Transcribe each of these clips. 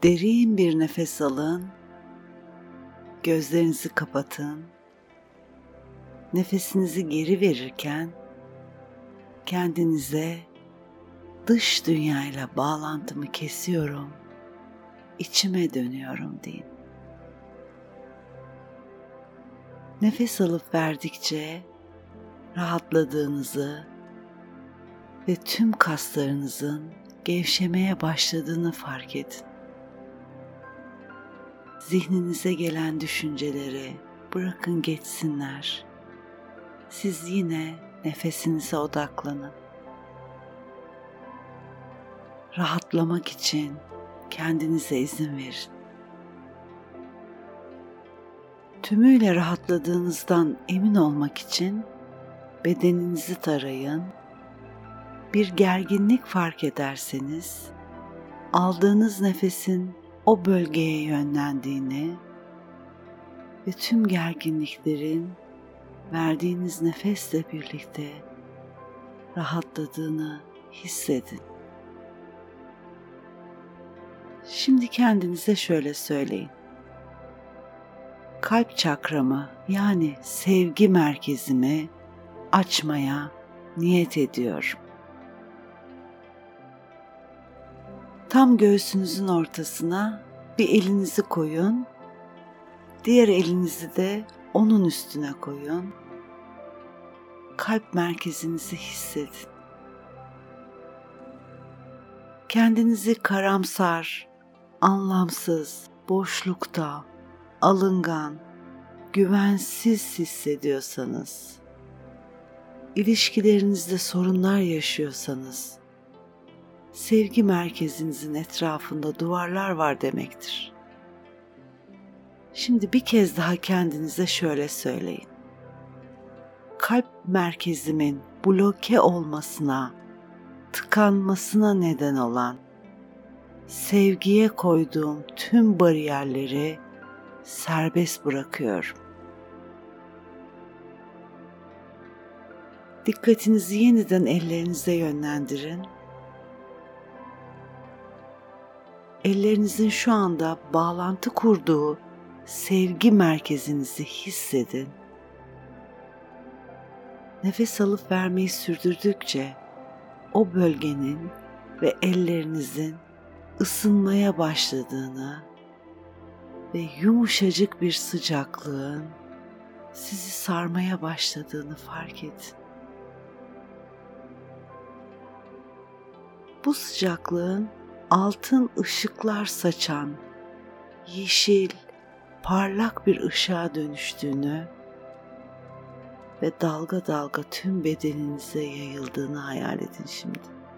Derin bir nefes alın. Gözlerinizi kapatın. Nefesinizi geri verirken kendinize dış dünyayla bağlantımı kesiyorum, içime dönüyorum deyin. Nefes alıp verdikçe rahatladığınızı ve tüm kaslarınızın gevşemeye başladığını fark edin. Zihninize gelen düşünceleri bırakın geçsinler. Siz yine nefesinize odaklanın. Rahatlamak için kendinize izin verin. Tümüyle rahatladığınızdan emin olmak için bedeninizi tarayın. Bir gerginlik fark ederseniz, aldığınız nefesin o bölgeye yönlendiğini ve tüm gerginliklerin verdiğiniz nefesle birlikte rahatladığını hissedin. Şimdi kendinize şöyle söyleyin. Kalp çakramı yani sevgi merkezimi açmaya niyet ediyorum. Tam göğsünüzün ortasına bir elinizi koyun, diğer elinizi de onun üstüne koyun. Kalp merkezinizi hissedin. Kendinizi karamsar, anlamsız, boşlukta, alıngan, güvensiz hissediyorsanız, ilişkilerinizde sorunlar yaşıyorsanız, sevgi merkezinizin etrafında duvarlar var demektir. Şimdi bir kez daha kendinize şöyle söyleyin. Kalp merkezimin bloke olmasına, tıkanmasına neden olan, sevgiye koyduğum tüm bariyerleri serbest bırakıyorum. Dikkatinizi yeniden ellerinize yönlendirin. Ellerinizin şu anda bağlantı kurduğu sevgi merkezinizi hissedin. Nefes alıp vermeyi sürdürdükçe o bölgenin ve ellerinizin ısınmaya başladığını ve yumuşacık bir sıcaklığın sizi sarmaya başladığını fark edin. Bu sıcaklığın altın ışıklar saçan, yeşil, parlak bir ışığa dönüştüğünü ve dalga dalga tüm bedeninize yayıldığını hayal edin şimdi.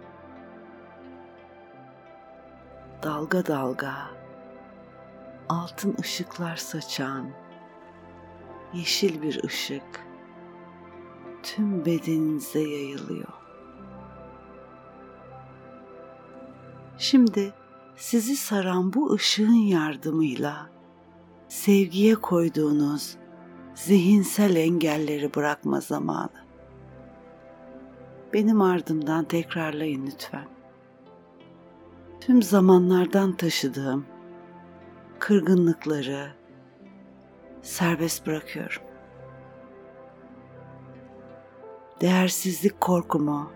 Dalga dalga, altın ışıklar saçan, yeşil bir ışık tüm bedeninize yayılıyor. Şimdi sizi saran bu ışığın yardımıyla sevgiye koyduğunuz zihinsel engelleri bırakma zamanı. Benim ardımdan tekrarlayın lütfen. Tüm zamanlardan taşıdığım kırgınlıkları serbest bırakıyorum. Değersizlik korkumu,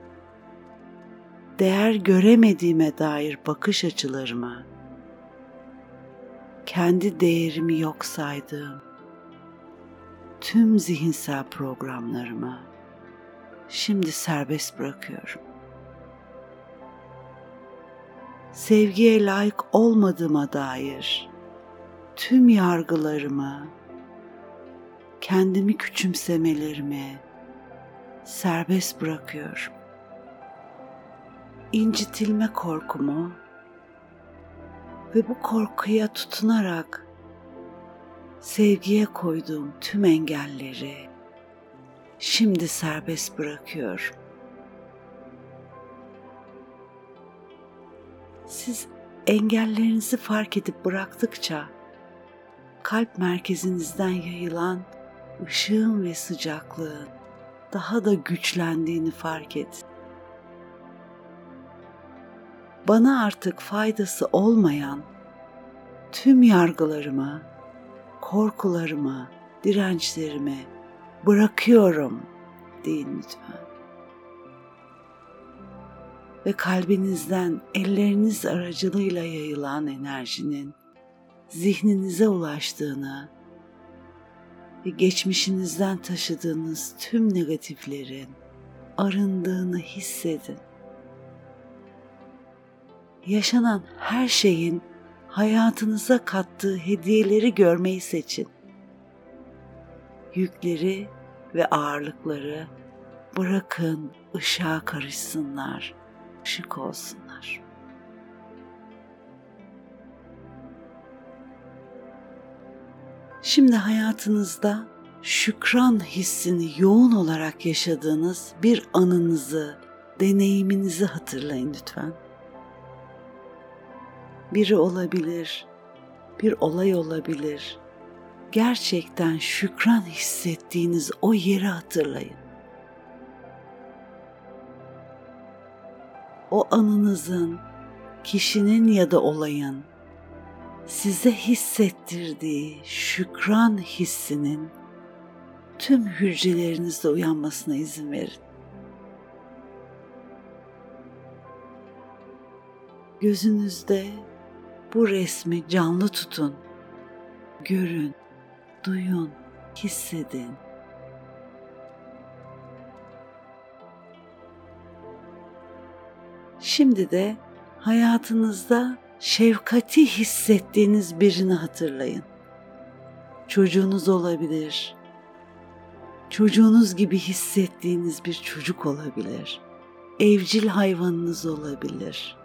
değer göremediğime dair bakış açılarımı, kendi değerimi yok saydığım tüm zihinsel programlarımı şimdi serbest bırakıyorum. Sevgiye layık olmadığıma dair tüm yargılarımı, kendimi küçümsemelerimi serbest bırakıyorum. İncitilme korkumu ve bu korkuya tutunarak sevgiye koyduğum tüm engelleri şimdi serbest bırakıyorum. Siz engellerinizi fark edip bıraktıkça kalp merkezinizden yayılan ışığın ve sıcaklığın daha da güçlendiğini fark edin. Bana artık faydası olmayan tüm yargılarımı, korkularımı, dirençlerimi bırakıyorum deyin lütfen. Ve kalbinizden elleriniz aracılığıyla yayılan enerjinin zihninize ulaştığını ve geçmişinizden taşıdığınız tüm negatiflerin arındığını hissedin. Yaşanan her şeyin hayatınıza kattığı hediyeleri görmeyi seçin. Yükleri ve ağırlıkları bırakın, ışığa karışsınlar, ışık olsunlar. Şimdi hayatınızda şükran hissini yoğun olarak yaşadığınız bir anınızı, deneyiminizi hatırlayın lütfen. Biri olabilir, bir olay olabilir. Gerçekten şükran hissettiğiniz o yeri hatırlayın. O anınızın, kişinin ya da olayın size hissettirdiği şükran hissinin tüm hücrelerinizde uyanmasına izin verin. Gözünüzde bu resmi canlı tutun, görün, duyun, hissedin. Şimdi de hayatınızda şefkati hissettiğiniz birini hatırlayın. Çocuğunuz olabilir. Çocuğunuz gibi hissettiğiniz bir çocuk olabilir. Evcil hayvanınız olabilir.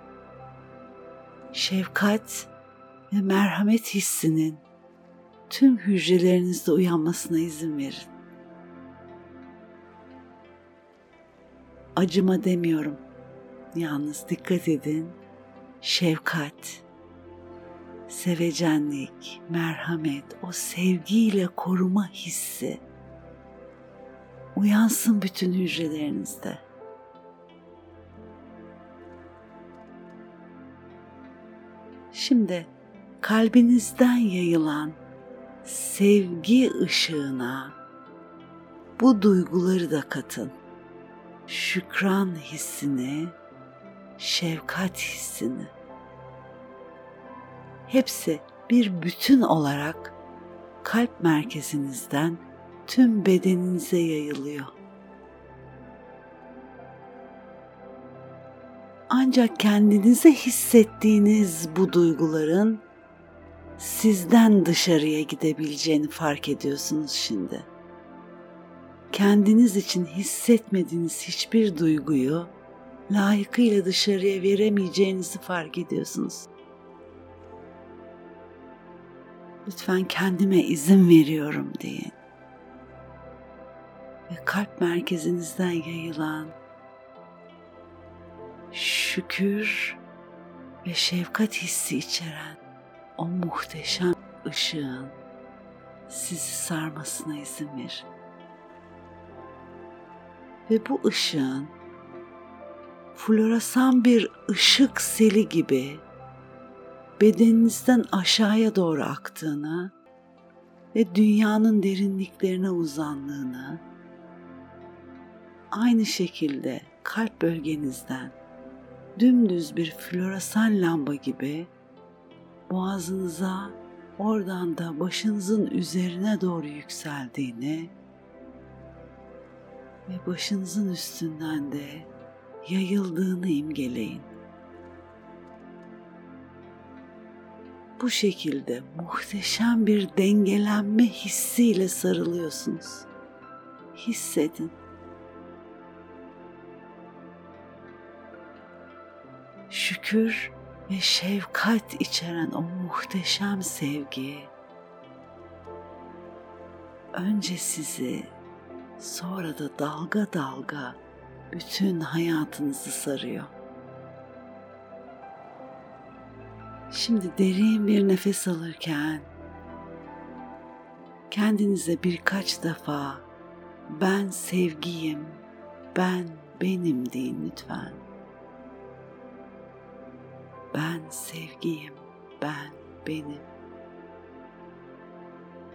Şefkat ve merhamet hissinin tüm hücrelerinizde uyanmasına izin verin. Acıma demiyorum. Yalnız dikkat edin. Şefkat, sevecenlik, merhamet, o sevgiyle koruma hissi uyansın bütün hücrelerinizde. Şimdi kalbinizden yayılan sevgi ışığına bu duyguları da katın. Şükran hissini, şefkat hissini. Hepsi bir bütün olarak kalp merkezinizden tüm bedeninize yayılıyor. Ancak kendinize hissettiğiniz bu duyguların sizden dışarıya gidebileceğini fark ediyorsunuz şimdi. Kendiniz için hissetmediğiniz hiçbir duyguyu layıkıyla dışarıya veremeyeceğinizi fark ediyorsunuz. Lütfen kendime izin veriyorum deyin. Ve kalp merkezinizden yayılan şükür ve şefkat hissi içeren o muhteşem ışığın sizi sarmasına izin verin. Ve bu ışığın floresan bir ışık seli gibi bedeninizden aşağıya doğru aktığını ve dünyanın derinliklerine uzandığını, aynı şekilde kalp bölgenizden dümdüz bir floresan lamba gibi boğazınıza, oradan da başınızın üzerine doğru yükseldiğini ve başınızın üstünden de yayıldığını imgeleyin. Bu şekilde muhteşem bir dengelenme hissiyle sarılıyorsunuz. Hissedin. Şükür ve şefkat içeren o muhteşem sevgi önce sizi, sonra da dalga dalga bütün hayatınızı sarıyor. Şimdi derin bir nefes alırken kendinize birkaç defa ben sevgiyim, ben benim deyin lütfen. Ben sevgiyim, ben benim.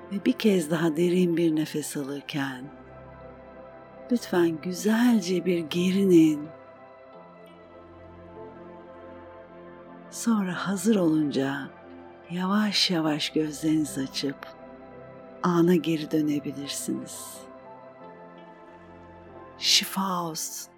Ve bir kez daha derin bir nefes alırken lütfen güzelce bir gerinin. Sonra hazır olunca yavaş yavaş gözlerinizi açıp ana geri dönebilirsiniz. Şifa olsun.